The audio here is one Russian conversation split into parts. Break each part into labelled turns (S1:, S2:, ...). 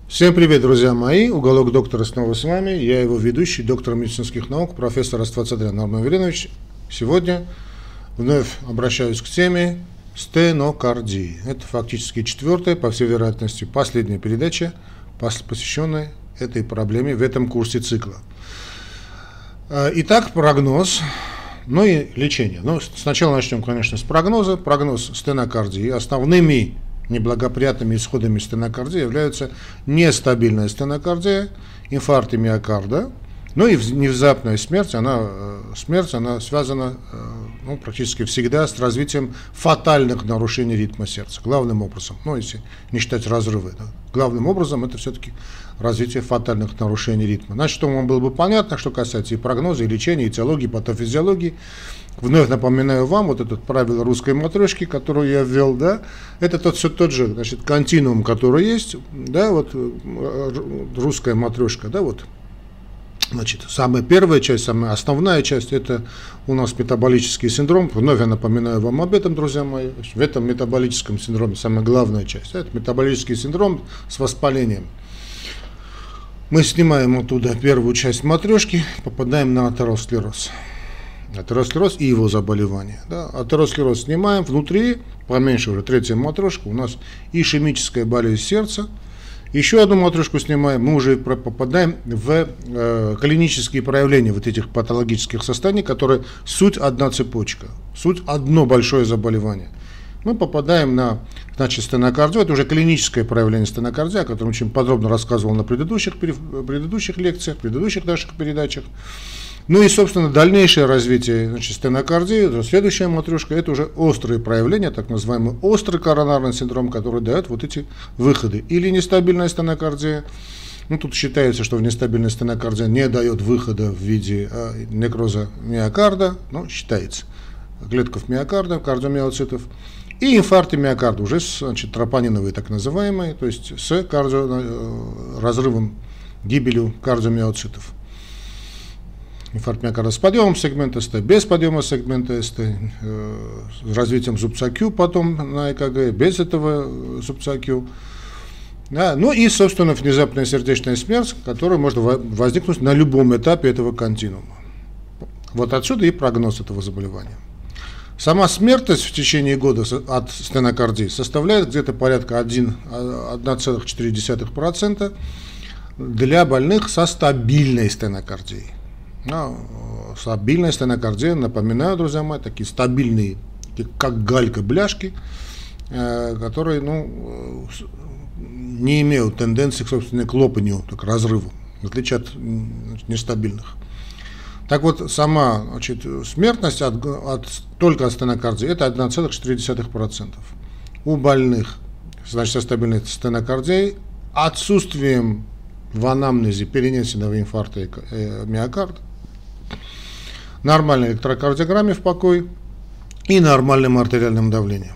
S1: Всем привет, друзья мои! Уголок доктора снова с вами. Я его ведущий, доктор медицинских наук, профессор Аствацадрян Армен Веленович. Сегодня вновь обращаюсь к теме стенокардии. Это фактически четвертая, по всей вероятности, последняя передача, посвященная этой проблеме в этом курсе цикла. Итак, прогноз, ну и лечение. Но сначала начнем, конечно, с прогноза. Прогноз стенокардии. Основными неблагоприятными исходами стенокардии являются нестабильная стенокардия, инфаркты миокарда, ну и внезапная смерть, она связана практически всегда с развитием фатальных нарушений ритма сердца, главным образом, если не считать разрывы, да. Главным образом это все-таки развитие фатальных нарушений ритма. Значит, что вам было бы понятно, что касается и прогноза, и лечения, и теологии, патофизиологии. Вновь напоминаю вам вот это правило русской матрешки, которую я ввел, да, это все тот же, значит, континуум, который есть, да, вот русская матрешка, да, вот, значит, самая первая часть, самая основная часть, это у нас метаболический синдром, вновь я напоминаю вам об этом, друзья мои, в этом метаболическом синдроме самая главная часть, это метаболический синдром с воспалением. Мы снимаем оттуда первую часть матрешки, попадаем на атеросклероз. Атеросклероз и его заболевания. Да. Атеросклероз снимаем, внутри, поменьше уже третья матрешка, у нас ишемическая болезнь сердца. Еще одну матрешку снимаем, мы уже попадаем в клинические проявления вот этих патологических состояний, которые суть одна цепочка, суть одно большое заболевание. Мы попадаем на, значит, стенокардию, это уже клиническое проявление стенокардии, о котором очень подробно рассказывал на предыдущих лекциях, предыдущих наших передачах. Ну и, собственно, дальнейшее развитие, значит, стенокардии, следующая матрешка, это уже острые проявления, так называемый острый коронарный синдром, который дает вот эти выходы. Или нестабильная стенокардия, тут считается, что нестабильная стенокардия не дает выхода в виде некроза миокарда, считается, клетков миокарда, кардиомиоцитов, и инфаркты миокарда, уже, значит, тропониновые так называемые, то есть с разрывом, гибелью кардиомиоцитов. Инфаркт миокарда с подъемом сегмента СТ, без подъема сегмента СТ, с развитием зубца Q потом на ЭКГ, без этого зубца Q. Да, ну и, собственно, внезапная сердечная смерть, которая может возникнуть на любом этапе этого континуума. Вот отсюда и прогноз этого заболевания. Сама смертность в течение года от стенокардии составляет где-то порядка 1,4% для больных со стабильной стенокардией. Стабильная стенокардия, напоминаю, друзья мои, такие стабильные, как галька, бляшки, которые не имеют тенденции, собственно, к лопанию, к разрыву, в отличие от нестабильных. Так вот, сама, значит, смертность только от стенокардии это 1,4%. У больных, значит, со стабильной стенокардией, отсутствием в анамнезе перенесенного инфаркта миокарда, нормальной электрокардиограмме в покой и нормальным артериальным давлением.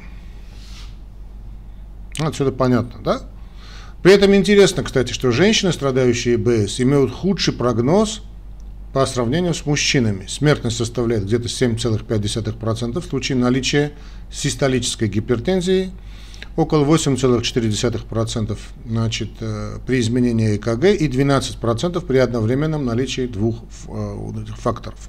S1: Отсюда понятно, да? При этом интересно, кстати, что женщины, страдающие ИБС, имеют худший прогноз по сравнению с мужчинами. Смертность составляет где-то 7,5% в случае наличия систолической гипертензии, около 8,4%, значит, при изменении ЭКГ и 12% при одновременном наличии двух факторов.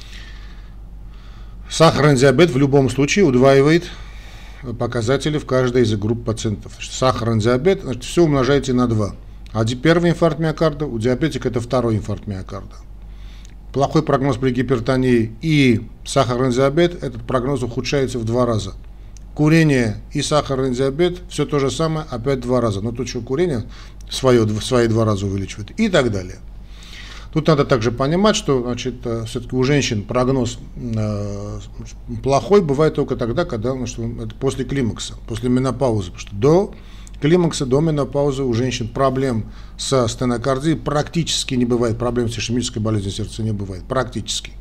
S1: Сахарный диабет в любом случае удваивает показатели в каждой из групп пациентов. Сахарный диабет, значит, все умножаете на 2. Первый инфаркт миокарда, у диабетика это второй инфаркт миокарда. Плохой прогноз при гипертонии и сахарный диабет, этот прогноз ухудшается в 2 раза. Курение и сахарный диабет, все то же самое, опять 2 раза. Но тут что, курение свои 2 раза увеличивает и так далее. Тут надо также понимать, что, значит, все-таки у женщин прогноз плохой бывает только тогда, когда после климакса, после менопаузы. Потому что до климакса, до менопаузы у женщин проблем со стенокардией практически не бывает, проблем с ишемической болезнью сердца не бывает, практически.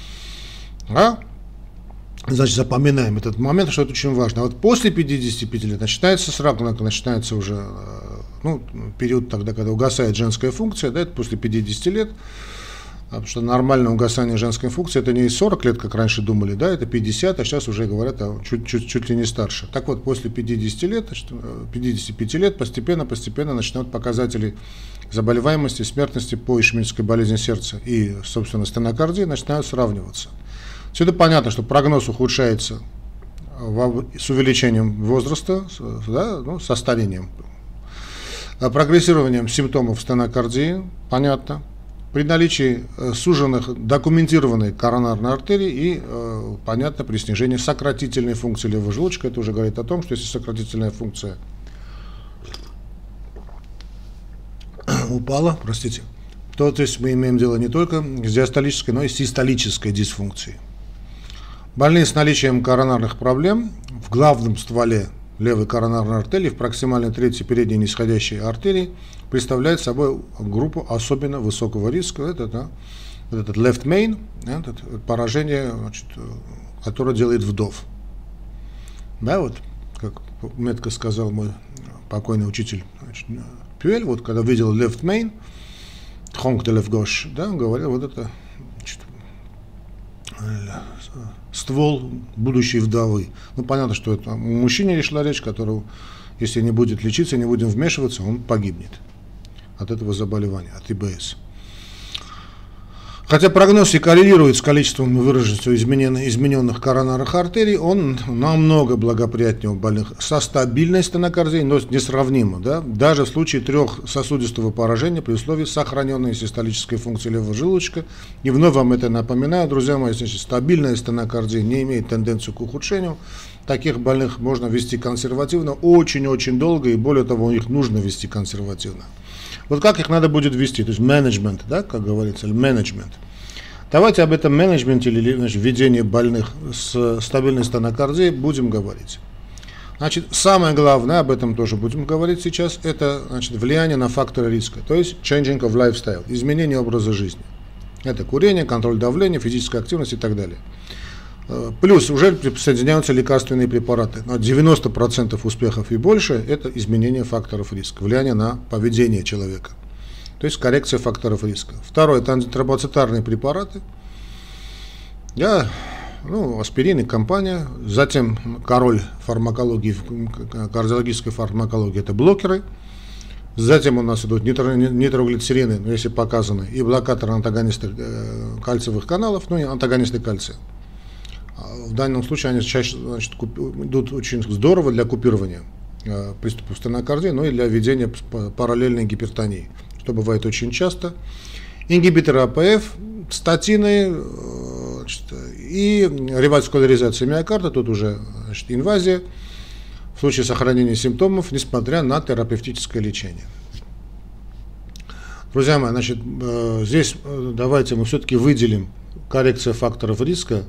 S1: Значит, запоминаем этот момент, что это очень важно. А вот после 55 лет начинается сразу, начинается уже период тогда, когда угасает женская функция, да, это после 50 лет. Потому что нормальное угасание женской функции это не 40 лет, как раньше думали, да, это 50, а сейчас уже говорят чуть ли не старше. Так вот, после 50 лет, 55 лет постепенно начинают показатели заболеваемости, смертности по ишемической болезни сердца и, собственно, стенокардии начинают сравниваться. Отсюда понятно, что прогноз ухудшается с увеличением возраста, да, ну, со старением, прогрессированием симптомов стенокардии, понятно, при наличии суженных документированной коронарной артерии и, понятно, при снижении сократительной функции левого желудочка. Это уже говорит о том, что если сократительная функция упала, то есть мы имеем дело не только с диастолической, но и систолической дисфункцией. Больные с наличием коронарных проблем в главном стволе левой коронарной артерии, в проксимальной трети передней нисходящей артерии, представляют собой группу особенно высокого риска. Это этот left main, это поражение, значит, которое делает вдов. Да, вот, как метко сказал мой покойный учитель, значит, Пюэль, вот когда видел left main, tronc de lèvre gauche, да, он говорил, вот это, значит, ствол будущей вдовы. Ну, понятно, что это о мужчине решила речь, которого, если не будет лечиться, не будем вмешиваться, он погибнет от этого заболевания, от ИБС. Хотя прогноз и коррелирует с количеством и выраженностью измененных коронарных артерий, он намного благоприятнее у больных со стабильной стенокардией, но несравнимо. Да? Даже в случае трехсосудистого поражения при условии сохраненной систолической функции левого желудочка. И вновь вам это напоминаю, друзья мои, значит, стабильная стенокардия не имеет тенденцию к ухудшению. Таких больных можно вести консервативно очень-очень долго, и более того, их нужно вести консервативно. Вот как их надо будет вести, то есть менеджмент, да, как говорится, менеджмент. Давайте об этом менеджменте или, значит, ведении больных с стабильной стенокардией будем говорить. Значит, самое главное, об этом тоже будем говорить сейчас, это, значит, влияние на факторы риска, то есть changing of lifestyle, изменение образа жизни. Это курение, контроль давления, физическая активность и так далее. Плюс уже присоединяются лекарственные препараты. Но 90% успехов и больше – это изменение факторов риска, влияние на поведение человека. То есть коррекция факторов риска. Второе – это антитромбоцитарные препараты. Аспирин и компания. Затем король фармакологии, кардиологической фармакологии – это блокеры. Затем у нас идут нитроглицерины, если показаны, и блокаторы, антагонисты кальциевых каналов, ну и антагонисты кальция. В данном случае они чаще, значит, идут очень здорово для купирования приступов стенокардии, но и для ведения параллельной гипертонии, что бывает очень часто. Ингибиторы АПФ, статины, значит, и реваскуляризация миокарда, тут уже, значит, инвазия в случае сохранения симптомов, несмотря на терапевтическое лечение. Друзья мои, значит, здесь давайте мы все-таки выделим коррекцию факторов риска.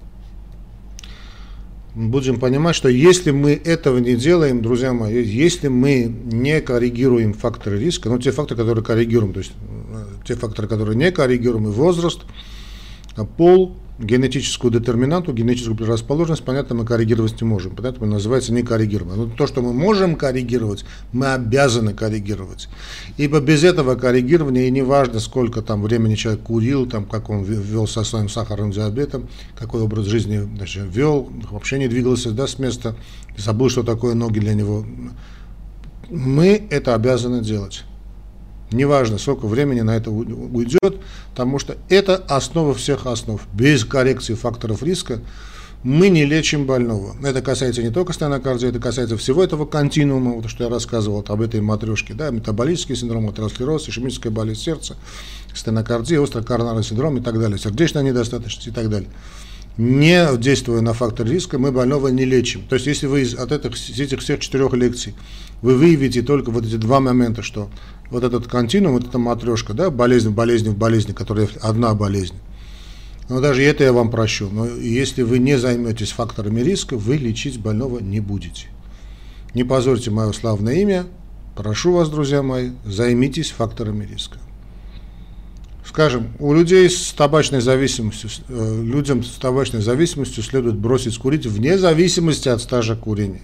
S1: Будем понимать, что если мы этого не делаем, друзья мои, если мы не коррегируем факторы риска, те факторы, которые коррегируем, то есть те факторы, которые не коррегируем, и возраст, пол, генетическую детерминанту, генетическую предрасположенность, понятно, мы коррегировать не можем, поэтому называется не коррегируемое. Но то, что мы можем коррегировать, мы обязаны коррегировать. Ибо без этого коррегирования, и не важно, сколько там времени человек курил, там, как он вел со своим сахарным диабетом, какой образ жизни, значит, вел, вообще не двигался, да, с места, забыл, что такое ноги для него. Мы это обязаны делать. Неважно, сколько времени на это уйдет, потому что это основа всех основ. Без коррекции факторов риска мы не лечим больного. Это касается не только стенокардии, это касается всего этого континуума, вот, что я рассказывал об этой матрешке, да, метаболический синдром, атеросклероз, ишемическая болезнь сердца, стенокардия, острокоронарный синдром и так далее, сердечная недостаточность и так далее. Не действуя на фактор риска, мы больного не лечим. То есть, если вы от этих всех 4 лекций вы выявите только вот эти два момента, что вот этот континуум, вот эта матрешка, да, болезнь в болезни, которая одна болезнь. Но даже это я вам прощу. Но если вы не займетесь факторами риска, вы лечить больного не будете. Не позорьте мое славное имя. Прошу вас, друзья мои, займитесь факторами риска. Скажем, у людей с табачной зависимостью, людям с табачной зависимостью следует бросить курить вне зависимости от стажа курения.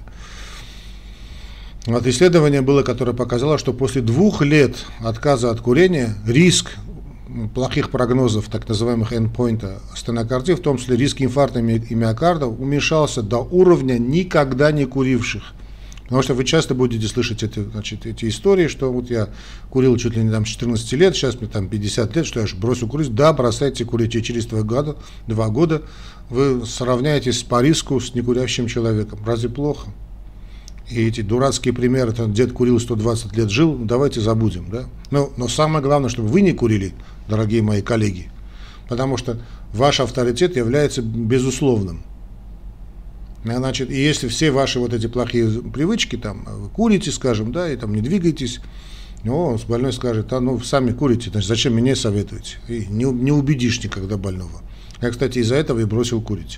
S1: Вот исследование было, которое показало, что после 2 лет отказа от курения риск плохих прогнозов, так называемых эндпоинта стенокардии, в том числе риск инфаркта и миокарда, уменьшался до уровня никогда не куривших. Потому что вы часто будете слышать эти истории, что вот я курил чуть ли не там 14 лет, сейчас мне там 50 лет, что я же бросил курить. Да, бросайте курить, и через 2 года вы сравняетесь по риску с некурящим человеком. Разве плохо? И эти дурацкие примеры, там, дед курил 120 лет, жил, давайте забудем. Да? Но самое главное, чтобы вы не курили, дорогие мои коллеги, потому что ваш авторитет является безусловным. Значит, и если все ваши вот эти плохие привычки, там, вы курите, скажем, да, и там не двигаетесь, больной скажет, сами курите, значит, зачем мне советуете? И не убедишь никогда больного. Я, кстати, из-за этого и бросил курить.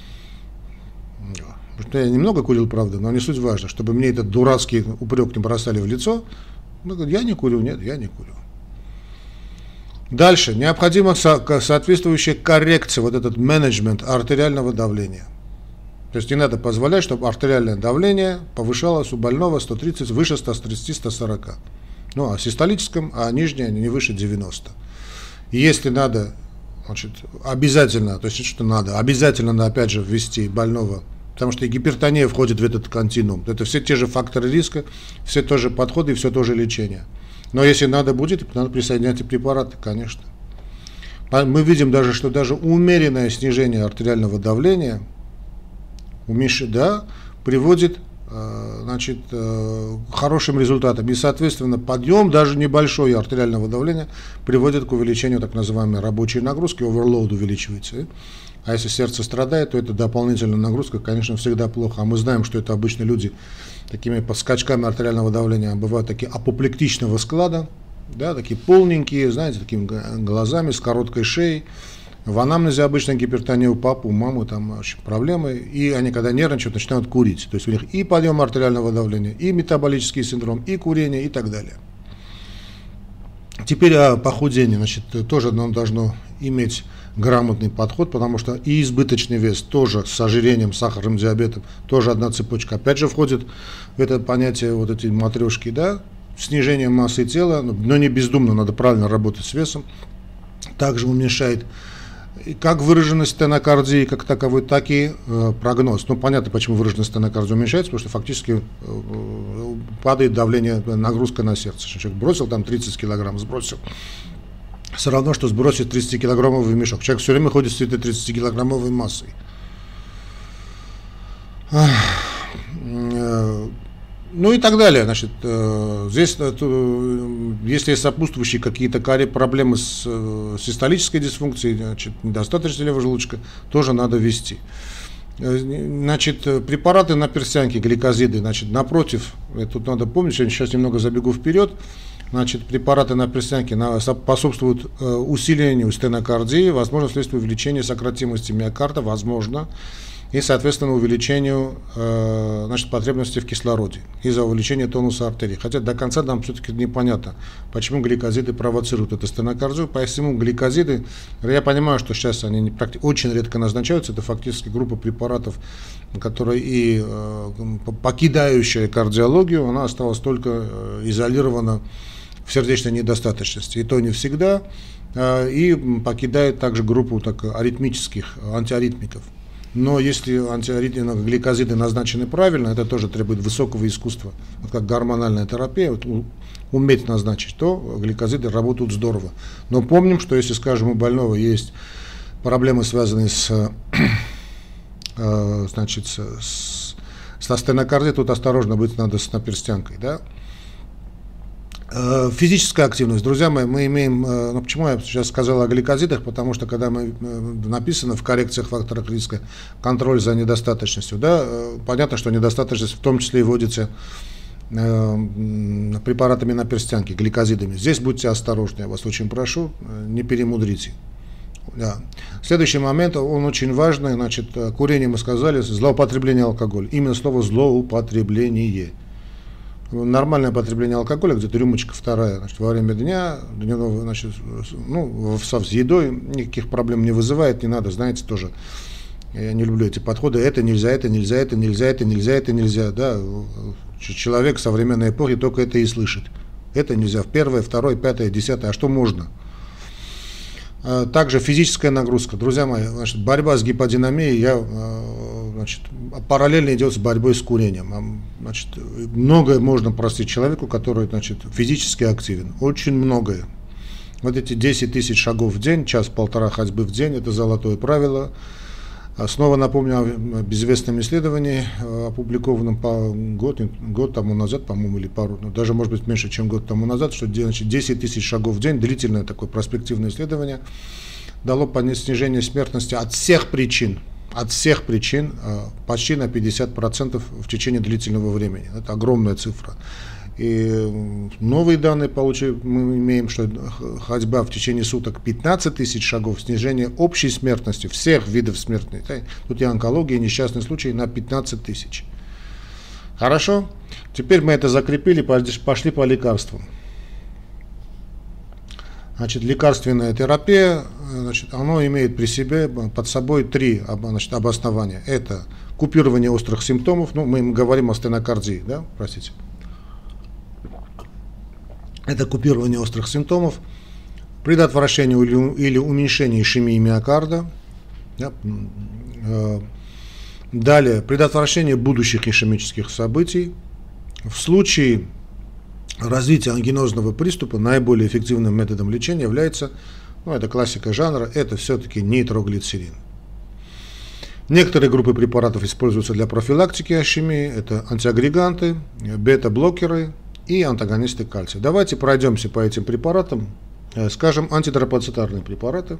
S1: Потому что я немного курил, правда, но не суть важно, чтобы мне этот дурацкий упрек не бросали в лицо. Я не курю, нет, я не курю. Дальше. Необходима соответствующая коррекция, вот этот менеджмент артериального давления. То есть не надо позволять, чтобы артериальное давление повышалось у больного 130, выше 130-140. А систолическом, а нижнее не выше 90. И если надо, значит, обязательно, то есть что надо, обязательно опять же ввести больного, потому что и гипертония входит в этот континуум. Это все те же факторы риска, все те же подходы и все то же лечение. Но если надо будет, надо присоединять и препараты, конечно. Мы видим даже, что даже умеренное снижение артериального давления приводит к хорошим результатам. И, соответственно, подъем даже небольшой артериального давления приводит к увеличению так называемой рабочей нагрузки, оверлоуд увеличивается. А если сердце страдает, то это дополнительная нагрузка, конечно, всегда плохо. А мы знаем, что это обычно люди такими скачками артериального давления бывают такие апоплектичного склада, да, такие полненькие, знаете, такими глазами, с короткой шеей. В анамнезе обычно гипертония у папы, у мамы там очень проблемы, и они, когда нервничают, начинают курить. То есть у них и подъем артериального давления, и метаболический синдром, и курение, и так далее. Теперь о похудении. Значит, тоже нам должно иметь грамотный подход, потому что и избыточный вес тоже с ожирением, сахарным диабетом, тоже одна цепочка. Опять же входит в это понятие вот эти матрешки, да, снижение массы тела, но не бездумно, надо правильно работать с весом. Также уменьшает как выраженность стенокардии как таковой, так и прогноз. Понятно, почему выраженность стенокардии уменьшается, потому что фактически падает давление, нагрузка на сердце. Человек бросил там 30 килограмм, сбросил. Все равно, что сбросить 30-килограммовый мешок. Человек все время ходит с этой 30-килограммовой массой. И так далее. Значит, здесь, если есть сопутствующие какие-то проблемы с систолической дисфункцией, значит, недостаточность левого желудочка, тоже надо ввести. Значит, препараты на перстянке, гликозиды, значит, напротив, тут надо помнить, я сейчас немного забегу вперед, значит, препараты на перстянке способствуют усилению стенокардии, возможно, вследствие увеличения сократимости миокарда, возможно, и, соответственно, увеличению потребности в кислороде из-за увеличения тонуса артерий. Хотя до конца нам все-таки непонятно, почему гликозиды провоцируют эту стенокардию. Посему гликозиды, я понимаю, что сейчас они очень редко назначаются, это фактически группа препаратов, которая и покидающая кардиологию, она осталась только изолирована в сердечной недостаточности. И то не всегда, и покидает также группу аритмических антиаритмиков. Но если гликозиды назначены правильно, это тоже требует высокого искусства, как гормональная терапия, уметь назначить, то гликозиды работают здорово. Но помним, что если, скажем, у больного есть проблемы, связанные со стенокардией, тут осторожно быть надо с наперстянкой, да? Физическая активность, друзья мои, мы имеем, почему я сейчас сказал о гликозидах, потому что когда написано в коррекциях факторов риска контроль за недостаточностью, да, понятно, что недостаточность в том числе и вводится препаратами на перстянке, гликозидами. Здесь будьте осторожны, я вас очень прошу, не перемудрите. Да. Следующий момент, он очень важный, значит, курение мы сказали, злоупотребление алкоголя, именно слово злоупотребление. Нормальное потребление алкоголя, где-то рюмочка вторая, значит, во время дня, дневного, значит, с едой никаких проблем не вызывает, не надо, знаете, тоже, я не люблю эти подходы, это нельзя, это нельзя, это нельзя, это нельзя, это нельзя, да, человек современной эпохи только это и слышит, это нельзя, в первое, второе, пятое, десятое, а что можно? Также физическая нагрузка. Друзья мои, значит, борьба с гиподинамией параллельно идет с борьбой с курением. Значит, многое можно простить человеку, который, значит, физически активен. Очень многое. Вот эти 10 тысяч шагов в день, час-полтора ходьбы в день, это золотое правило. Снова напомню о безвестном исследовании, опубликованном год тому назад, по-моему, или даже, может быть, меньше, чем год тому назад, что 10 тысяч шагов в день, длительное такое проспективное исследование, дало снижение смертности от всех причин почти на 50% в течение длительного времени. Это огромная цифра. И новые данные мы имеем, что ходьба в течение суток 15 тысяч шагов, снижение общей смертности, всех видов смертности, тут и онкология, и несчастные случаи, на 15 тысяч. Хорошо? Теперь мы это закрепили, пошли по лекарствам. Значит, лекарственная терапия, значит, оно имеет при себе, под собой три, значит, обоснования. Это купирование острых симптомов, мы говорим о стенокардии, да, простите. Это купирование острых симптомов, предотвращение или уменьшение ишемии миокарда, да, далее предотвращение будущих ишемических событий. В случае развития ангинозного приступа наиболее эффективным методом лечения является, это классика жанра, это все-таки нитроглицерин. Некоторые группы препаратов используются для профилактики ишемии, это антиагреганты, бета-блокеры и антагонисты кальция. Давайте пройдемся по этим препаратам, скажем, антитромбоцитарные препараты.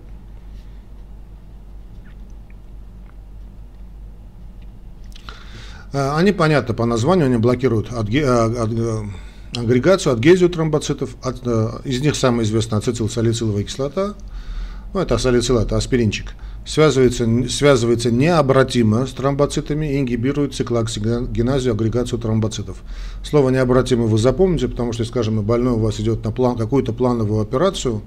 S1: Они, понятно, по названию, они блокируют агрегацию, адгезию тромбоцитов. Из них самая известная ацетилсалициловая кислота, это салицил, это аспиринчик, связывается необратимо с тромбоцитами и ингибирует циклооксигеназию, агрегацию тромбоцитов. Слово необратимо вы запомните, потому что, скажем, больной у вас идет на какую-то плановую операцию,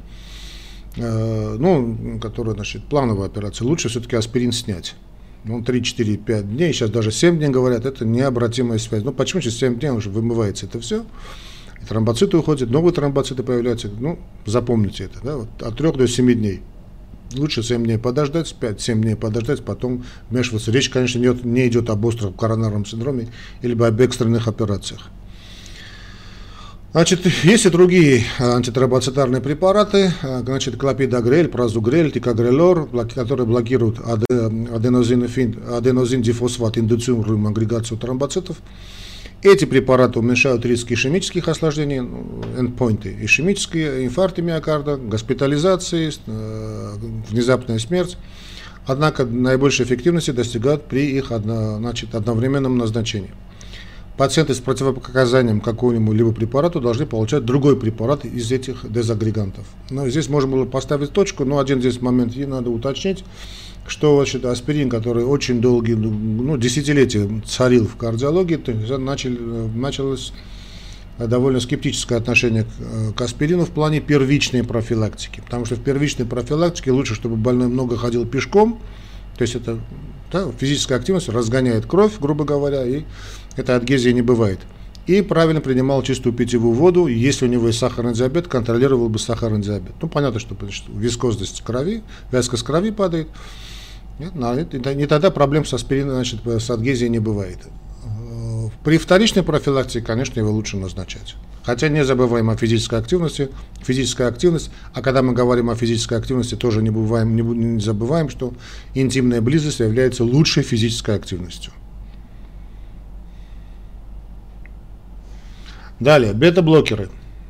S1: которая, значит, плановая операция, лучше все-таки аспирин снять. 3, 4, 5 дней, сейчас даже 7 дней говорят, это необратимая связь. Почему через 7 дней уже вымывается это все? И тромбоциты уходят, новые тромбоциты появляются. Запомните это, да, от 3 до 7 дней. Лучше 7 дней подождать, 5-7 дней подождать, потом вмешиваться. Речь, конечно, не идет об остром коронарном синдроме или об экстренных операциях. Значит, есть и другие антитромбоцитарные препараты, значит, клопидогрель, празугрель, тикогрелор, которые блокируют аденозин-дифосфат, индуцируемую агрегацию тромбоцитов. Эти препараты уменьшают риск ишемических осложнений, эндпойнты, ишемические инфаркты миокарда, госпитализации, внезапная смерть. Однако наибольшей эффективности достигают при их одновременном назначении. Пациенты с противопоказанием к какому-либо препарату должны получать другой препарат из этих дезагрегантов. Но здесь можно было поставить точку, но один здесь момент и надо уточнить, что, значит, аспирин, который очень долгие, десятилетия царил в кардиологии, началось довольно скептическое отношение к аспирину в плане первичной профилактики. Потому что в первичной профилактике лучше, чтобы больной много ходил пешком, то есть это физическая активность разгоняет кровь, грубо говоря, и этой адгезии не бывает. И правильно принимал чистую питьевую воду, и если у него есть сахарный диабет, контролировал бы сахарный диабет. Понятно, что вискозность крови, вязкость крови падает, и тогда проблем с аспирином, значит, с адгезией не бывает. При вторичной профилактике, конечно, его лучше назначать. Хотя не забываем о физической активности. Физическая активность, а когда мы говорим о физической активности, тоже не забываем, что интимная близость является лучшей физической активностью. Далее, бета-блокеры.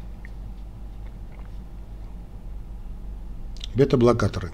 S1: Бета-блокаторы.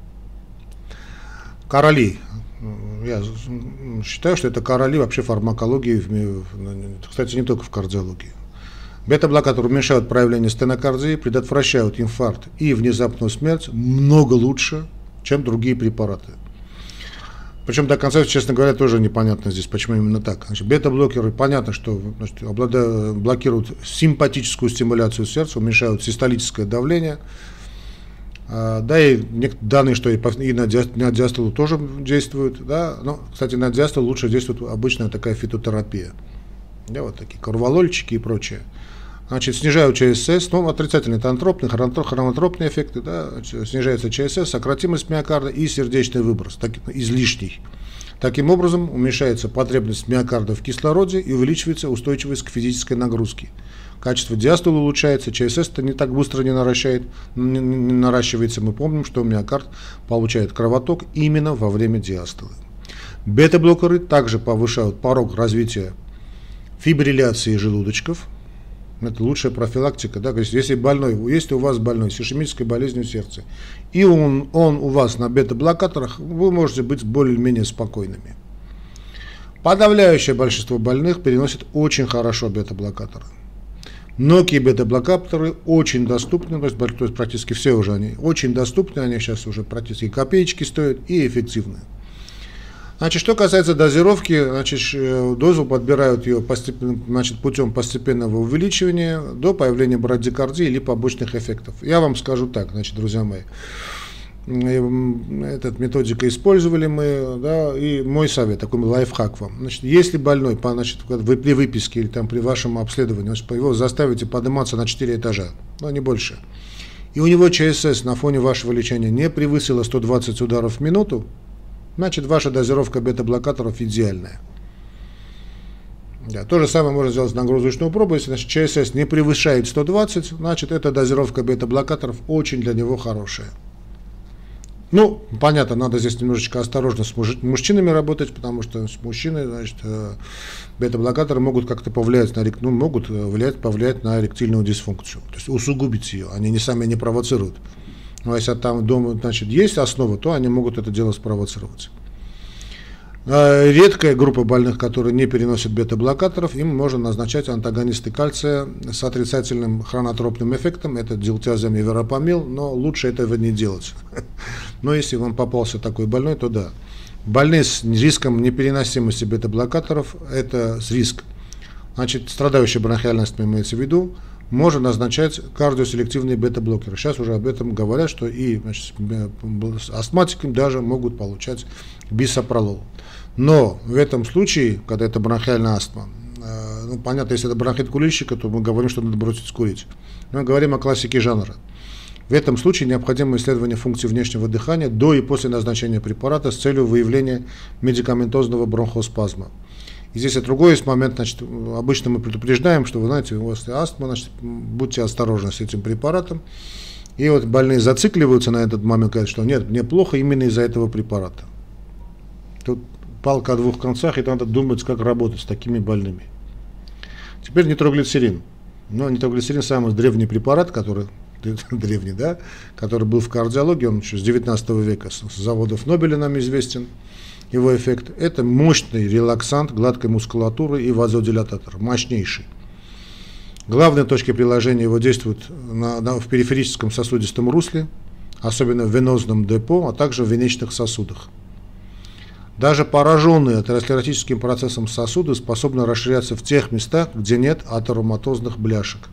S1: Короли. Я считаю, что это короли вообще фармакологии, кстати, не только в кардиологии. Бета-блокаторы уменьшают проявление стенокардии, предотвращают инфаркт и внезапную смерть много лучше, чем другие препараты. Причем до конца, честно говоря, тоже непонятно здесь, почему именно так. Значит, бета-блокеры, понятно, что блокируют симпатическую стимуляцию сердца, уменьшают систолическое давление. Да, и данные, что и на диастолу тоже действуют. Да, но, кстати, на диастолу лучше действует обычная такая фитотерапия. Да, вот такие корвалольчики и прочее. Значит, снижают ЧСС, ну, отрицательные антропные, хронотропные эффекты, да, снижается ЧСС, сократимость миокарда и сердечный выброс, излишний. Таким образом, уменьшается потребность миокарда в кислороде и увеличивается устойчивость к физической нагрузке. Качество диастола улучшается, ЧСС-то не так быстро не наращивается. Мы помним, что миокард получает кровоток именно во время диастолы. Бета-блокеры также повышают порог развития фибрилляции желудочков. Это лучшая профилактика. Да? Если у вас больной с ишемической болезнью сердца, и он у вас на бета-блокаторах, вы можете быть более-менее спокойными. Подавляющее большинство больных переносит очень хорошо бета-блокаторы. Многие бета-блокаторы очень доступны, то есть практически все уже они очень доступны, они сейчас уже практически копеечки стоят и эффективны. Значит, что касается дозировки, значит, дозу подбирают ее путем постепенного увеличивания до появления брадикардии или побочных эффектов. Я вам скажу так, значит, друзья мои, эту методику использовали мы, да, и мой совет, такой лайфхак вам. Значит, если больной, значит, вы при выписке или там при вашем обследовании, значит, его заставите подниматься на 4 этажа, но не больше, и у него ЧСС на фоне вашего лечения не превысило 120 ударов в минуту, значит, ваша дозировка бета-блокаторов идеальная. Да, то же самое можно сделать с нагрузочной пробой. Если ЧСС не превышает 120, значит, эта дозировка бета-блокаторов очень для него хорошая. Ну, понятно, надо здесь немножечко осторожно с мужчинами работать, потому что с мужчиной, значит, бета-блокаторы могут как-то повлиять на повлиять на эректильную дисфункцию, то есть усугубить ее. Они сами не провоцируют. Но если там дома, значит, есть основа, то они могут это дело спровоцировать. Редкая группа больных, которые не переносят бета-блокаторов, им можно назначать антагонисты кальция с отрицательным хронотропным эффектом. Это дилтиазем и верапамил, но лучше этого не делать. Но если вам попался такой больной, то да. Больные с риском непереносимости бета-блокаторов, это риск. Значит, страдающие бронхиальной астмой имеется в виду, можно назначать кардиоселективные бета-блокеры. Сейчас уже об этом говорят, что и, значит, астматикам даже могут получать бисопролол. Но в этом случае, когда это бронхиальная астма, ну, понятно, если это бронхит курильщика, то мы говорим, что надо бросить курить. Мы говорим о классике жанра. В этом случае необходимо исследование функции внешнего дыхания до и после назначения препарата с целью выявления медикаментозного бронхоспазма. И здесь другой есть момент, значит, обычно мы предупреждаем, что, вы знаете, у вас астма, значит, будьте осторожны с этим препаратом. И вот больные зацикливаются на этот момент, говорят, что нет, мне плохо именно из-за этого препарата. Тут палка о двух концах, и надо думать, как работать с такими больными. Теперь нитроглицерин. Но нитроглицерин самый древний препарат, который древний, да, который был в кардиологии, он еще с 19 века, с заводов Нобеля нам известен. Его эффект – это мощный релаксант гладкой мускулатуры и вазодилататор, мощнейший. Главные точки приложения его действуют в периферическом сосудистом русле, особенно в венозном депо, а также в венечных сосудах. Даже пораженные атеросклеротическим процессом сосуды способны расширяться в тех местах, где нет атероматозных бляшек.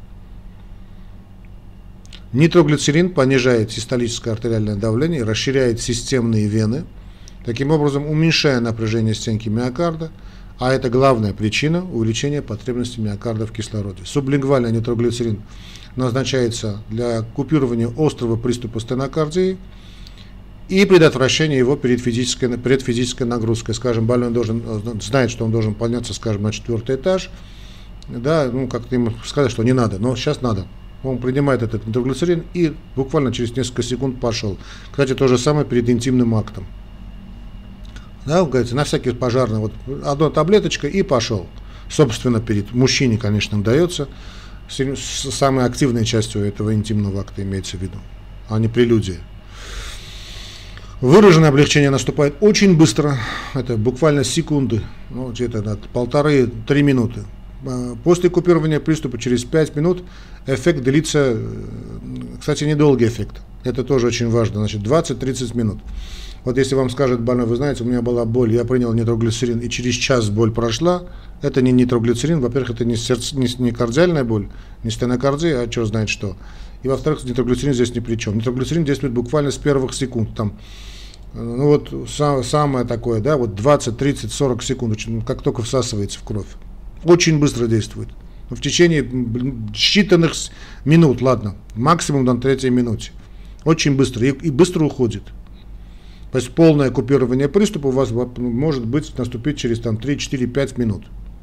S1: Нитроглицерин понижает систолическое артериальное давление и расширяет системные вены, таким образом уменьшая напряжение стенки миокарда, а это главная причина увеличения потребности миокарда в кислороде. Сублингвальный нитроглицерин назначается для купирования острого приступа стенокардии и предотвращения его перед физической нагрузкой. Скажем, больной должен знает, что он должен подняться, скажем, на 4-й этаж, да, ну, как-то ему сказать, что не надо, но сейчас надо. Он принимает этот нитроглицерин и буквально через несколько секунд пошел. Кстати, то же самое перед интимным актом. Да, говорится, на всякий пожарный, вот одна таблеточка и пошел. Собственно, перед мужчиной, конечно, дается. Самой активной частью этого интимного акта имеется в виду, а не прелюдия. Выраженное облегчение наступает очень быстро, это буквально секунды, ну, где-то 1,5-3 минуты. После купирования приступа через 5 минут эффект длится, кстати, недолгий эффект, это тоже очень важно, значит 20-30 минут. Вот если вам скажет больной, вы знаете, у меня была боль, я принял нитроглицерин и через час боль прошла, это не нитроглицерин, во-первых, это не кардиальная боль, не стенокардия, а черт знает что. И во-вторых, нитроглицерин здесь ни при чем. Нитроглицерин действует буквально с первых секунд, там, ну вот самое такое, да, вот 20, 30, 40 секунд, как только всасывается в кровь. Очень быстро действует. в течение считанных минут, ладно, максимум на 3-й минуте. Очень быстро и быстро уходит. То есть полное купирование приступа у вас может наступить через 3, 4, 5 минут.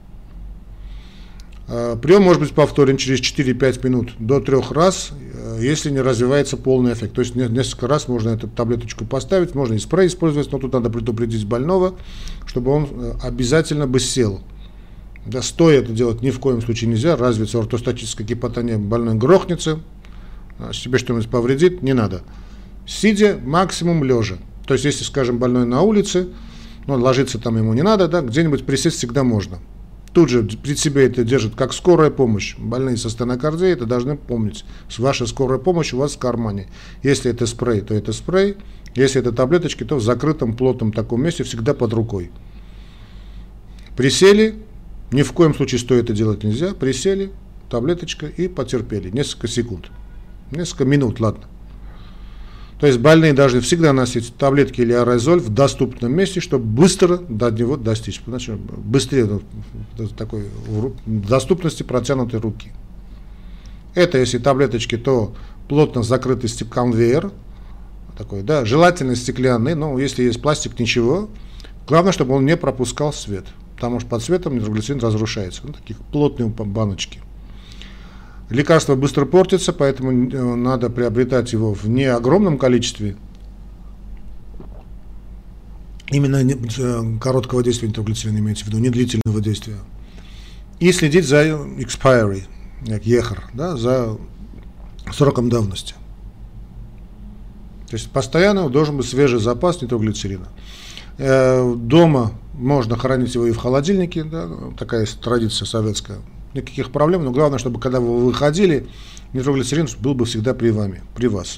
S1: Прием может быть повторен через 4-5 минут до 3 раз, если не развивается полный эффект. То есть несколько раз можно эту таблеточку поставить, можно и спрей использовать, но тут надо предупредить больного, чтобы он обязательно бы сел. Да, стоя это делать ни в коем случае нельзя, развится ортостатическая гипотония, больной грохнется, себе что-нибудь повредит, не надо. Сидя, максимум лежа. То есть если, скажем, больной на улице, ложиться там ему не надо, да, где-нибудь присесть всегда можно. Тут же при себе это держит как скорая помощь. Больные со стенокардией это должны помнить. Ваша скорая помощь у вас в кармане. Если это спрей, то это спрей. Если это таблеточки, то в закрытом, плотном таком месте всегда под рукой. Присели, ни в коем случае стоя это делать нельзя. Присели, таблеточка и потерпели. Несколько секунд. Несколько минут, ладно. То есть больные должны всегда носить таблетки или аэрозоль в доступном месте, чтобы быстро до него достичь. Значит, быстрее такой доступности протянутой руки. Это если таблеточки, то плотно закрытый конвейер, такой, да, желательно стеклянный, но если есть пластик, ничего. Главное, чтобы он не пропускал свет, потому что под светом нитроглицерин разрушается. Такие плотные баночки. Лекарство быстро портится, поэтому надо приобретать его в не огромном количестве, именно короткого действия нитроглицерина имеется в виду, не длительного действия, и следить за expiry, как ехар, да, за сроком давности. То есть постоянно должен быть свежий запас нитроглицерина. Дома можно хранить его и в холодильнике, да, такая традиция советская. Никаких проблем, но главное, чтобы когда вы выходили, нитроглицерин был бы всегда при вас.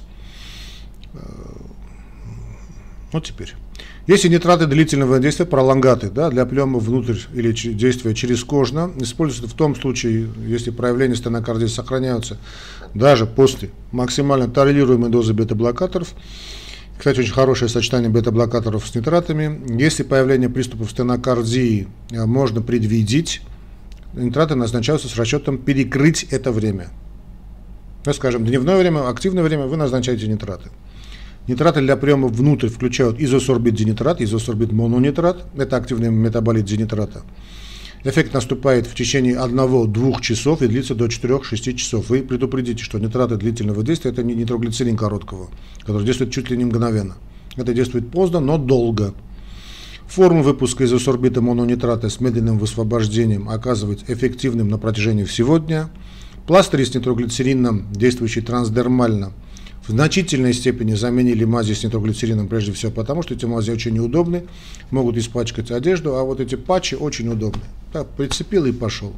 S1: Вот теперь. Если нитраты длительного действия, пролонгаты, да, для приема внутрь или действия через кожно, используются в том случае, если проявления стенокардии сохраняются даже после максимально толерируемой дозы бета-блокаторов. Кстати, очень хорошее сочетание бета-блокаторов с нитратами. Если появление приступов стенокардии можно предвидеть, нитраты назначаются с расчетом перекрыть это время. Ну, скажем, дневное время, активное время вы назначаете нитраты. Нитраты для приема внутрь включают изосорбит-динитрат, изосорбит-мононитрат. Это активный метаболит динитрата. Эффект наступает в течение 1-2 часов и длится до 4-6 часов. Вы предупредите, что нитраты длительного действия – это не нитроглицерин короткого, который действует чуть ли не мгновенно. Это действует поздно, но долго. Форма выпуска изосорбита мононитрата с медленным высвобождением оказывается эффективным на протяжении всего дня. Пластыри с нитроглицерином, действующие трансдермально, в значительной степени заменили мази с нитроглицерином, прежде всего потому, что эти мази очень неудобны, могут испачкать одежду, а вот эти патчи очень удобны. Так, прицепил и пошел.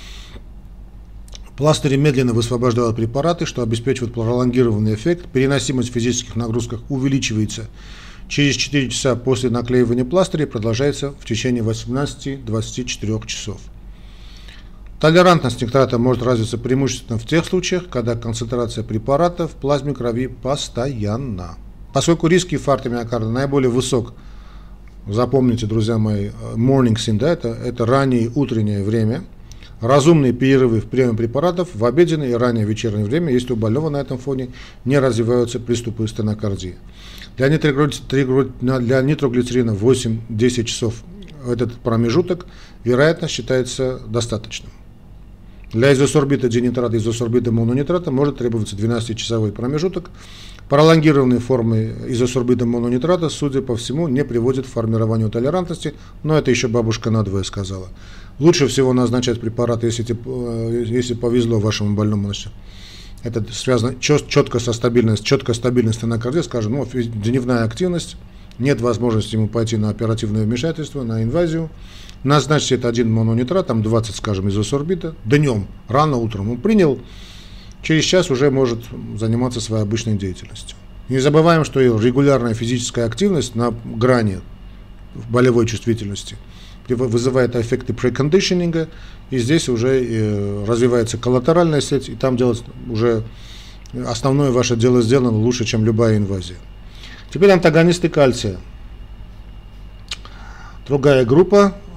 S1: Пластыри медленно высвобождают препараты, что обеспечивает пролонгированный эффект. Переносимость в физических нагрузках увеличивается через 4 часа после наклеивания пластырей, продолжается в течение 18-24 часов. Толерантность нитрата может развиться преимущественно в тех случаях, когда концентрация препарата в плазме крови постоянна. Поскольку риск инфаркта миокарда наиболее высок, запомните, друзья мои, morning sin, да, это раннее утреннее время, разумные перерывы в приеме препаратов в обеденное и раннее вечернее время, если у больного на этом фоне не развиваются приступы стенокардии. Для нитроглицерина 8-10 часов этот промежуток, вероятно, считается достаточным. Для изосорбита динитрата и изосорбита мононитрата может требоваться 12-часовой промежуток. Пролонгированные формы изосорбита мононитрата, судя по всему, не приводят к формированию толерантности, но это еще бабушка надвое сказала. Лучше всего назначать препараты, если повезло вашему больному. Это связано четко стабильной стенокардией, скажем, дневная активность, нет возможности ему пойти на оперативное вмешательство, на инвазию. Назначьте это 1 мононитрат, там 20, скажем, изосорбита, днем, рано утром он принял, через час уже может заниматься своей обычной деятельностью. Не забываем, что регулярная физическая активность на грани болевой чувствительности вызывает эффекты прекондишнинга, и здесь уже развивается коллатеральная сеть, и там делать уже основное ваше дело сделано лучше, чем любая инвазия. Теперь антагонисты кальция. Другая группа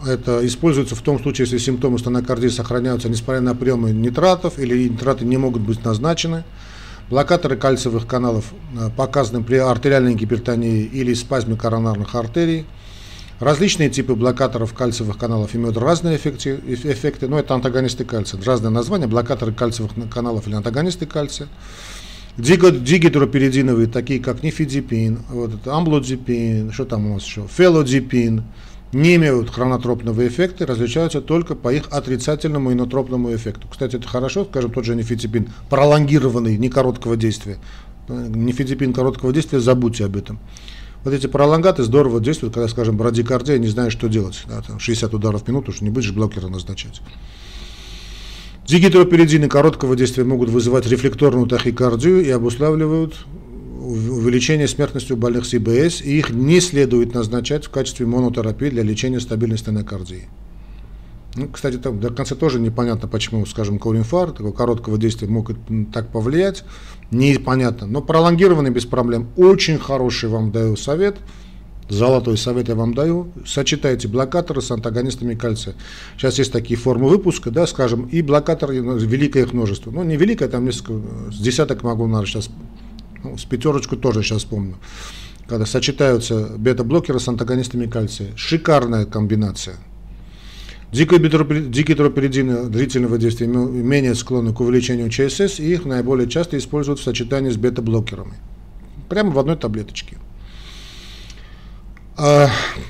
S1: это используется в том случае, если симптомы стенокардии сохраняются несмотря на приемы нитратов или нитраты не могут быть назначены. Блокаторы кальциевых каналов показаны при артериальной гипертонии или спазме коронарных артерий. Различные типы блокаторов кальциевых каналов имеют разные эффекты, но это антагонисты кальция. Разные названия: блокаторы кальциевых каналов или антагонисты кальция. Дигидропиридиновые, такие как нифедипин, амлодипин, что там у нас еще, фелодипин, не имеют хронотропного эффекта, различаются только по их отрицательному инотропному эффекту. Кстати, это хорошо, скажем, тот же нифедипин, пролонгированный, не короткого действия. Нифедипин короткого действия, забудьте об этом. Вот эти пролонгаты здорово действуют, когда, скажем, брадикардия, не знаешь, что делать. Да, там 60 ударов в минуту, что не будешь блокера назначать. Дигидропиридины короткого действия могут вызывать рефлекторную тахикардию и обуславливают увеличение смертности у больных с ИБС, и их не следует назначать в качестве монотерапии для лечения стабильной стенокардии. Ну, кстати, там до конца тоже непонятно, почему, скажем, коринфаркт такого короткого действия мог так повлиять, непонятно, но пролонгированный без проблем. Очень хороший вам даю совет. Золотой совет я вам даю. Сочетайте блокаторы с антагонистами кальция. Сейчас есть такие формы выпуска, да, скажем, и блокаторы, великое их множество. Ну, не великое, там несколько, с десяток могу, наверное, сейчас, ну, с пятерочку тоже сейчас помню. Когда сочетаются бета-блокеры с антагонистами кальция. Шикарная комбинация. Дигидропиридины длительного действия менее склонны к увеличению ЧСС, и их наиболее часто используют в сочетании с бета-блокерами. Прямо в одной таблеточке. В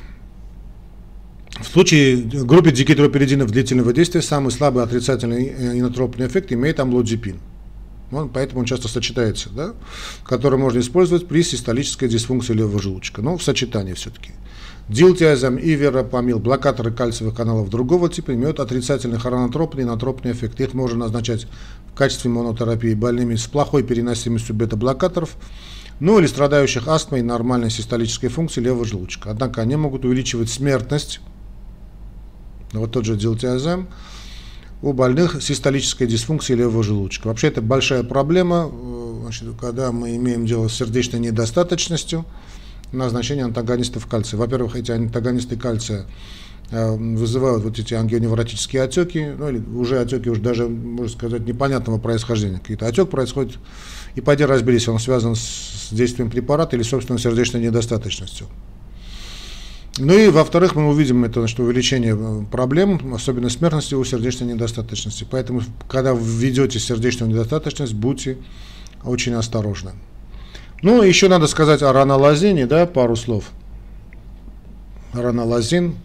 S1: случае группы дигидропиридинов длительного действия самый слабый отрицательный инотропный эффект имеет амлодипин. Поэтому он часто сочетается, да, который можно использовать при систолической дисфункции левого желудочка. Но в сочетании все-таки. Дилтиазам и верапамил, блокаторы кальциевых каналов другого типа, имеют отрицательный хронотропный и инотропный эффект. Их можно назначать в качестве монотерапии больными с плохой переносимостью бета-блокаторов, ну или страдающих астмой и нормальной систолической функцией левого желудочка. Однако они могут увеличивать смертность, вот тот же дилтиазам, у больных с систолической дисфункцией левого желудочка. Вообще это большая проблема, значит, когда мы имеем дело с сердечной недостаточностью, назначение антагонистов кальция. Во-первых, эти антагонисты кальция вызывают вот эти ангионевротические отеки, ну или уже отеки, уже даже, можно сказать, непонятного происхождения. Какие-то отек происходит, и пойди разберись, он связан с действием препарата или, собственно, сердечной недостаточностью. Ну и, во-вторых, мы увидим это, значит, увеличение проблем, особенно смертности у сердечной недостаточности. Поэтому, когда вы введете сердечную недостаточность, будьте очень осторожны. Ну, еще надо сказать о ранолазине, да, пару слов. Ранолазин.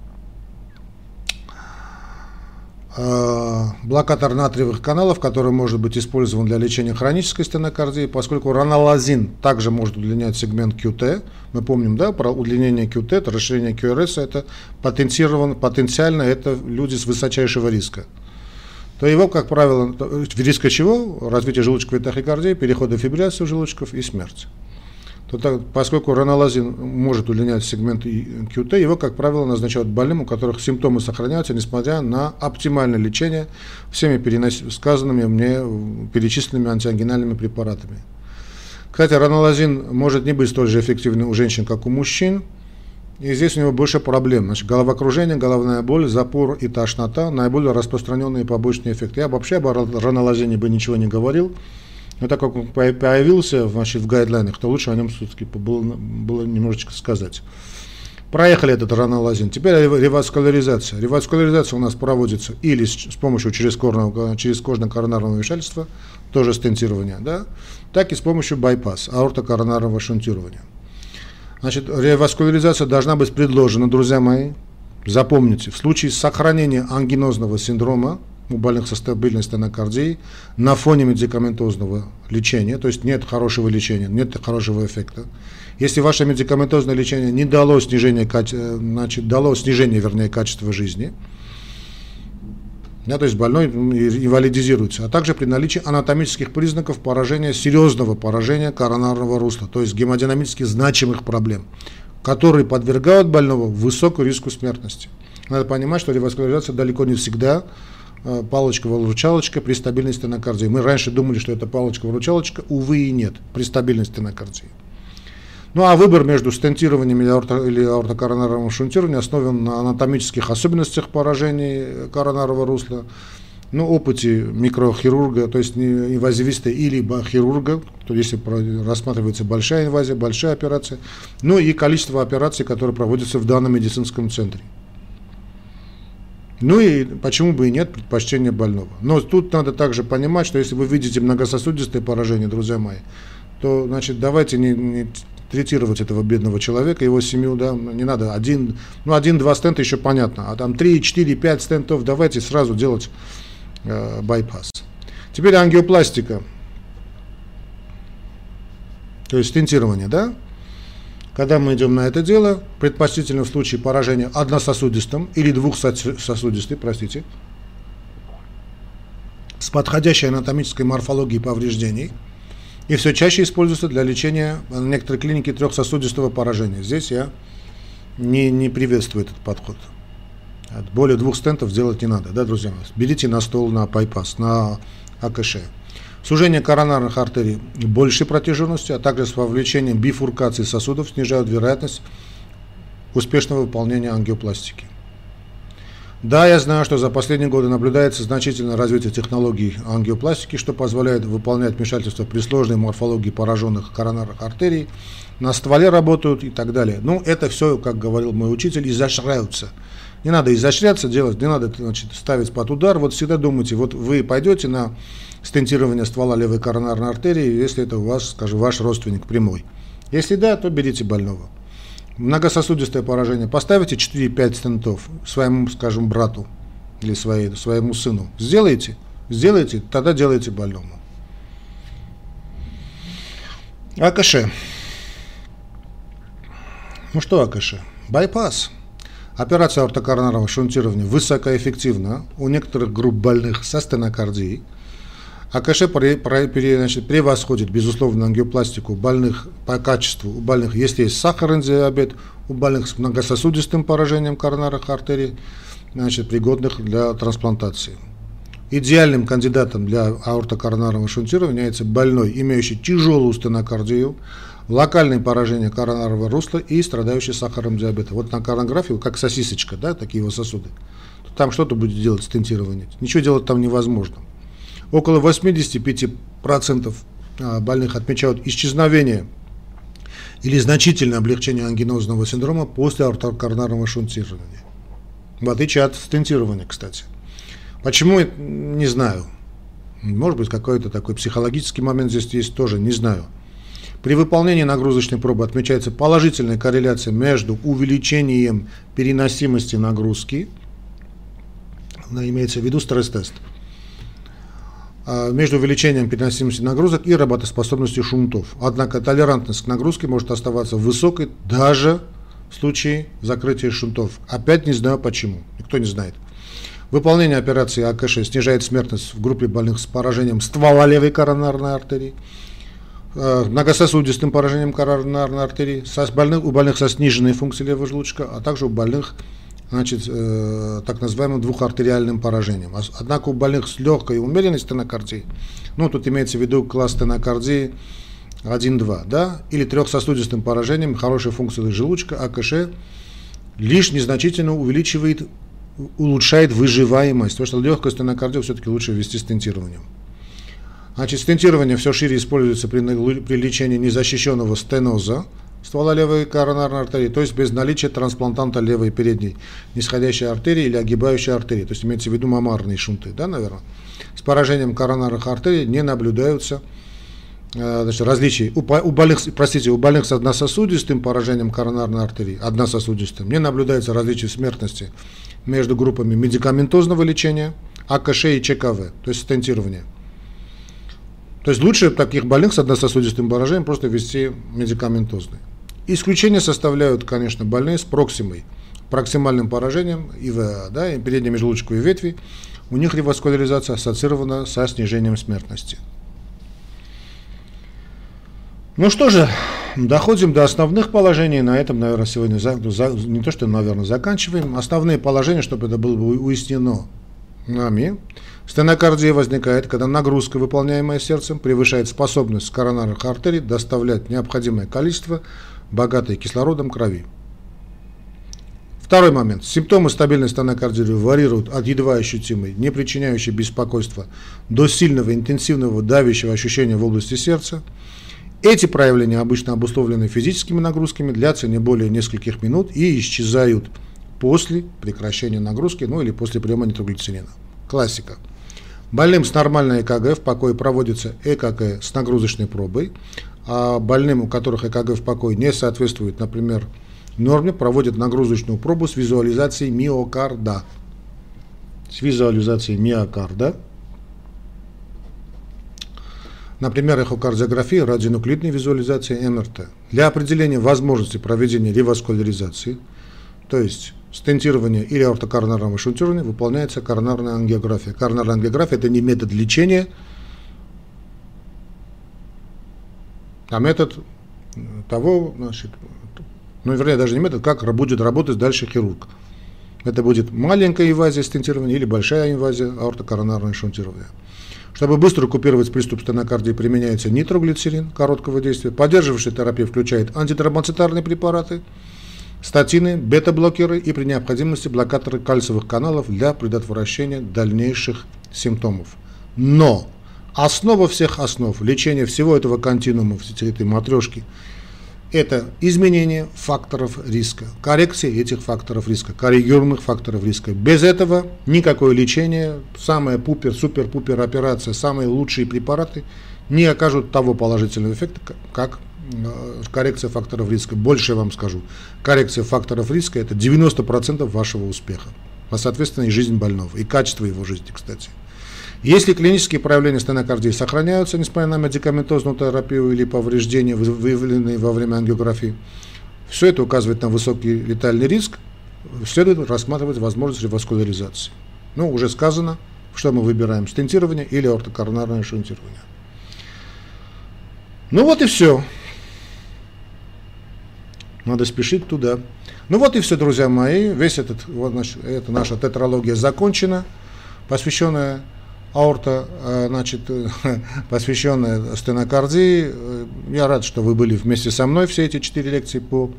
S1: Блокатор натриевых каналов, который может быть использован для лечения хронической стенокардии, поскольку ранолазин также может удлинять сегмент QT. Мы помним, да, про удлинение QT, это расширение QRS, это потенциально это люди с высочайшего риска. То его, как правило, риска чего? Развитие желудочковой тахикардии, перехода фибрилляции желудочков и смерть. Поскольку ранолазин может удлинять сегмент QT, его, как правило, назначают больным, у которых симптомы сохраняются, несмотря на оптимальное лечение всеми сказанными мне перечисленными антиангинальными препаратами. Кстати, ранолазин может не быть столь же эффективным у женщин, как у мужчин. И здесь у него больше проблем. Значит, головокружение, головная боль, запор и тошнота – наиболее распространенные побочные эффекты. Я вообще об ранолазине бы ничего не говорил. Но так как он появился, значит, в гайдлайнах, то лучше о нем все-таки было немножечко сказать. Проехали этот ранолазин. Теперь реваскуляризация. Реваскуляризация у нас проводится или с помощью черезкожно-коронарного вмешательства, тоже стентирование, да, так и с помощью байпаса, аортокоронарного шунтирования. Значит, реваскуляризация должна быть предложена, друзья мои. Запомните, в случае сохранения ангинозного синдрома у больных со стабильной стенокардией на фоне медикаментозного лечения, то есть нет хорошего лечения, нет хорошего эффекта. Если ваше медикаментозное лечение не дало снижения, дало снижение, вернее, качества жизни, да, то есть больной инвалидизируется, а также при наличии анатомических признаков поражения, серьезного поражения коронарного русла, то есть гемодинамически значимых проблем, которые подвергают больного высокому риску смертности. Надо понимать, что реваскуляризация далеко не всегда палочка-выручалочка при стабильной стенокардии. Мы раньше думали, что это палочка-выручалочка, увы и нет, при стабильной стенокардии. Ну а выбор между стентированием или аортокоронарным шунтированием основан на анатомических особенностях поражений коронарного русла, ну, опыте микрохирурга, то есть инвазивиста или хирурга, то если рассматривается большая инвазия, большая операция, ну и количество операций, которые проводятся в данном медицинском центре. Ну и почему бы и нет предпочтения больного. Но тут надо также понимать, что если вы видите многососудистое поражение, друзья мои, то, значит, давайте не третировать этого бедного человека, его семью, да, не надо один-два стента еще понятно, а там 3, 4, 5 стентов, давайте сразу делать байпас. Теперь ангиопластика, то есть стентирование, да? Когда мы идем на это дело, предпочтительно в случае поражения однососудистым или двухсосудистым, простите, с подходящей анатомической морфологией повреждений, и все чаще используется для лечения в некоторой клинике трехсосудистого поражения. Здесь я не приветствую этот подход. Более 2 стентов делать не надо, да, друзья мои? Берите на стол на байпас, на АКШ. Сужение коронарных артерий большей протяженности, а также с вовлечением бифуркации сосудов снижают вероятность успешного выполнения ангиопластики. Да, я знаю, что за последние годы наблюдается значительное развитие технологий ангиопластики, что позволяет выполнять вмешательства при сложной морфологии пораженных коронарных артерий, на стволе работают и так далее. Ну, это все, как говорил мой учитель, изощряются. Не надо изощряться делать, не надо, значит, ставить под удар. Вот всегда думайте, вот вы пойдете на стентирование ствола левой коронарной артерии, если это у вас, скажем, ваш родственник прямой. Если да, то берите больного. Многососудистое поражение. Поставите 4-5 стентов своему, скажем, брату или своему сыну. Сделайте, тогда делайте больному. АКШ. Ну что АКШ? Байпас. Операция аортокоронарного шунтирования высокоэффективна у некоторых групп больных со стенокардией. АКШ превосходит, безусловно, ангиопластику у больных по качеству, у больных, если есть сахарный диабет, у больных с многососудистым поражением коронарных артерий, значит, пригодных для трансплантации. Идеальным кандидатом для аортокоронарного шунтирования является больной, имеющий тяжелую стенокардию, локальное поражение коронарного русла и страдающий сахарным диабетом. Вот на коронарографии, как сосисочка, да, такие вот сосуды. Там что-то будет делать стентирование. Ничего делать там невозможно. Около 85% больных отмечают исчезновение или значительное облегчение ангинозного синдрома после аортокоронарного шунтирования. В отличие от стентирования, кстати. Почему? Не знаю. Может быть, какой-то такой психологический момент здесь есть тоже, не знаю. При выполнении нагрузочной пробы отмечается положительная корреляция между увеличением переносимости нагрузки, имеется в виду стресс-тест, между увеличением переносимости нагрузок и работоспособностью шунтов. Однако толерантность к нагрузке может оставаться высокой даже в случае закрытия шунтов. Опять не знаю почему, никто не знает. Выполнение операции АКШ снижает смертность в группе больных с поражением ствола левой коронарной артерии, многососудистым поражением коронарной артерии, у больных со сниженной функцией левого желудочка, а также у больных, значит, так называемым двухартериальным поражением. Однако у больных с легкой и умеренной стенокардией, ну тут имеется в виду класс стенокардии 1-2, да, или трехсосудистым поражением хорошей функции желудочка, АКШ лишь незначительно улучшает выживаемость, потому что легкую стенокардию все-таки лучше ввести стентированием. Значит, стентирование все шире используется при лечении незащищенного стеноза ствола левой коронарной артерии, то есть без наличия трансплантанта левой передней нисходящей артерии или огибающей артерии, то есть имеется в виду мамарные шунты, да, наверное. С поражением коронарных артерий не наблюдаются, значит, различий. У больных с однососудистым поражением коронарной артерии, однососудистым, не наблюдается различий смертности между группами медикаментозного лечения, АКШ и ЧКВ, то есть стентирование. То есть лучше таких больных с однососудистым поражением просто ввести медикаментозный. Исключение составляют, конечно, больные с проксимальным поражением ИВА, да, и передней межжелудочковой ветви. У них реваскуляризация ассоциирована со снижением смертности. Ну что же, доходим до основных положений. На этом, наверное, сегодня не то, что, наверное, заканчиваем. Основные положения, чтобы это было бы уяснено нами. Стенокардия возникает, когда нагрузка, выполняемая сердцем, превышает способность коронарных артерий доставлять необходимое количество богатой кислородом крови. Второй момент. Симптомы стабильной стенокардии варьируют от едва ощутимой, не причиняющей беспокойства, до сильного, интенсивного, давящего ощущения в области сердца. Эти проявления обычно обусловлены физическими нагрузками, длятся не более нескольких минут и исчезают после прекращения нагрузки, ну или после приема нитроглицерина. Классика. Больным с нормальной ЭКГ в покое проводится ЭКГ с нагрузочной пробой, а больным, у которых ЭКГ в покое не соответствует, например, норме, проводят нагрузочную пробу с визуализацией миокарда. Например, эхокардиография, радионуклидная визуализация, МРТ. Для определения возможности проведения реваскуляризации, то есть стентирование или аортокоронарного шунтирования, выполняется коронарная ангиография. Коронарная ангиография – это не метод лечения, а метод того, вернее, даже не метод, как будет работать дальше хирург. Это будет маленькая инвазия стентирования или большая инвазия аортокоронарного шунтирования. Чтобы быстро купировать приступ стенокардии, применяется нитроглицерин короткого действия. Поддерживающая терапия включает антитромбоцитарные препараты, статины, бета-блокеры и при необходимости блокаторы кальциевых каналов для предотвращения дальнейших симптомов. Но основа всех основ лечения всего этого континуума, всей этой матрешки, это изменение факторов риска, коррекция этих факторов риска, коррегируемых факторов риска. Без этого никакое лечение, самая супер-пупер операция, самые лучшие препараты не окажут того положительного эффекта, как коррекция факторов риска. Больше я вам скажу, коррекция факторов риска – это 90% вашего успеха, а соответственно и жизнь больного, и качество его жизни, кстати. Если клинические проявления стенокардии сохраняются, несмотря на медикаментозную терапию или повреждения, выявленные во время ангиографии, все это указывает на высокий летальный риск, следует рассматривать возможность реваскуляризации. Ну, уже сказано, что мы выбираем: стентирование или аортокоронарное шунтирование. Ну вот и все. Надо спешить туда. Ну вот и все, друзья мои. Эта наша тетралогия закончена, посвященная посвященная стенокардии. Я рад, что вы были вместе со мной все эти 4 лекции по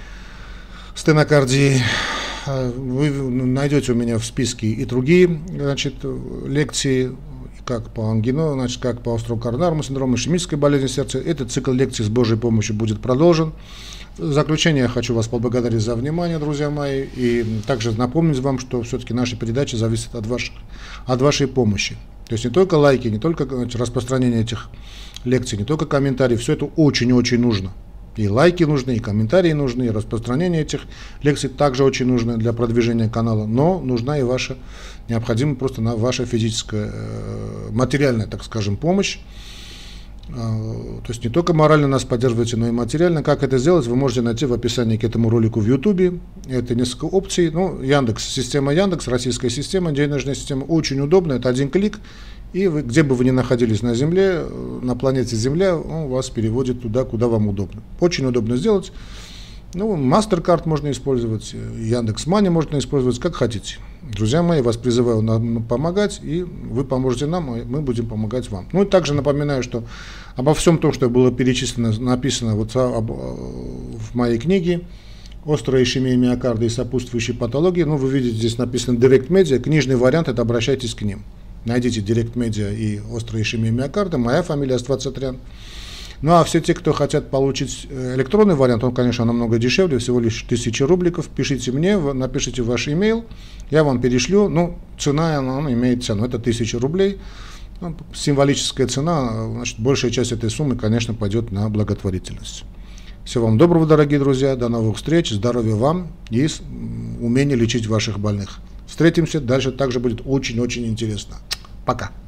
S1: стенокардии. Вы найдете у меня в списке и другие, лекции, как по ангину, как по острому коронарному синдрому, ишемической болезни сердца. Этот цикл лекций с Божьей помощью будет продолжен. В заключение я хочу вас поблагодарить за внимание, друзья мои, и также напомнить вам, что все-таки наши передачи зависят от вашей помощи. То есть не только лайки, не только распространение этих лекций, не только комментарии, все это очень-очень нужно. И лайки нужны, и комментарии нужны, и распространение этих лекций также очень нужно для продвижения канала, но нужна и необходима просто ваша физическая, материальная, так скажем, помощь. То есть не только морально нас поддерживаете, но и материально. Как это сделать, вы можете найти в описании к этому ролику в YouTube. Это несколько опций. Система Яндекс, российская система, денежная система, очень удобная. Это один клик, и где бы вы ни находились на Земле, на планете Земля, он вас переводит туда, куда вам удобно. Очень удобно сделать. MasterCard можно использовать, Яндекс.Мани можно использовать, как хотите. Друзья мои, вас призываю нам помогать, и вы поможете нам, и мы будем помогать вам. И также напоминаю, что обо всем том, что было перечислено, написано в моей книге «Острая ишемия миокарда и сопутствующие патологии». Вы видите, здесь написано Direct Media, книжный вариант, это обращайтесь к ним. Найдите Direct Media и «Острая ишемия миокарда», моя фамилия Астват-Сатрян. А все те, кто хотят получить электронный вариант, он, конечно, намного дешевле, всего лишь 1000 рубликов. Пишите мне, напишите ваш email, я вам перешлю. Цена, она имеет цену, это 1000 рублей. Символическая цена, большая часть этой суммы, конечно, пойдет на благотворительность. Всего вам доброго, дорогие друзья, до новых встреч, здоровья вам и умения лечить ваших больных. Встретимся, дальше также будет очень-очень интересно. Пока.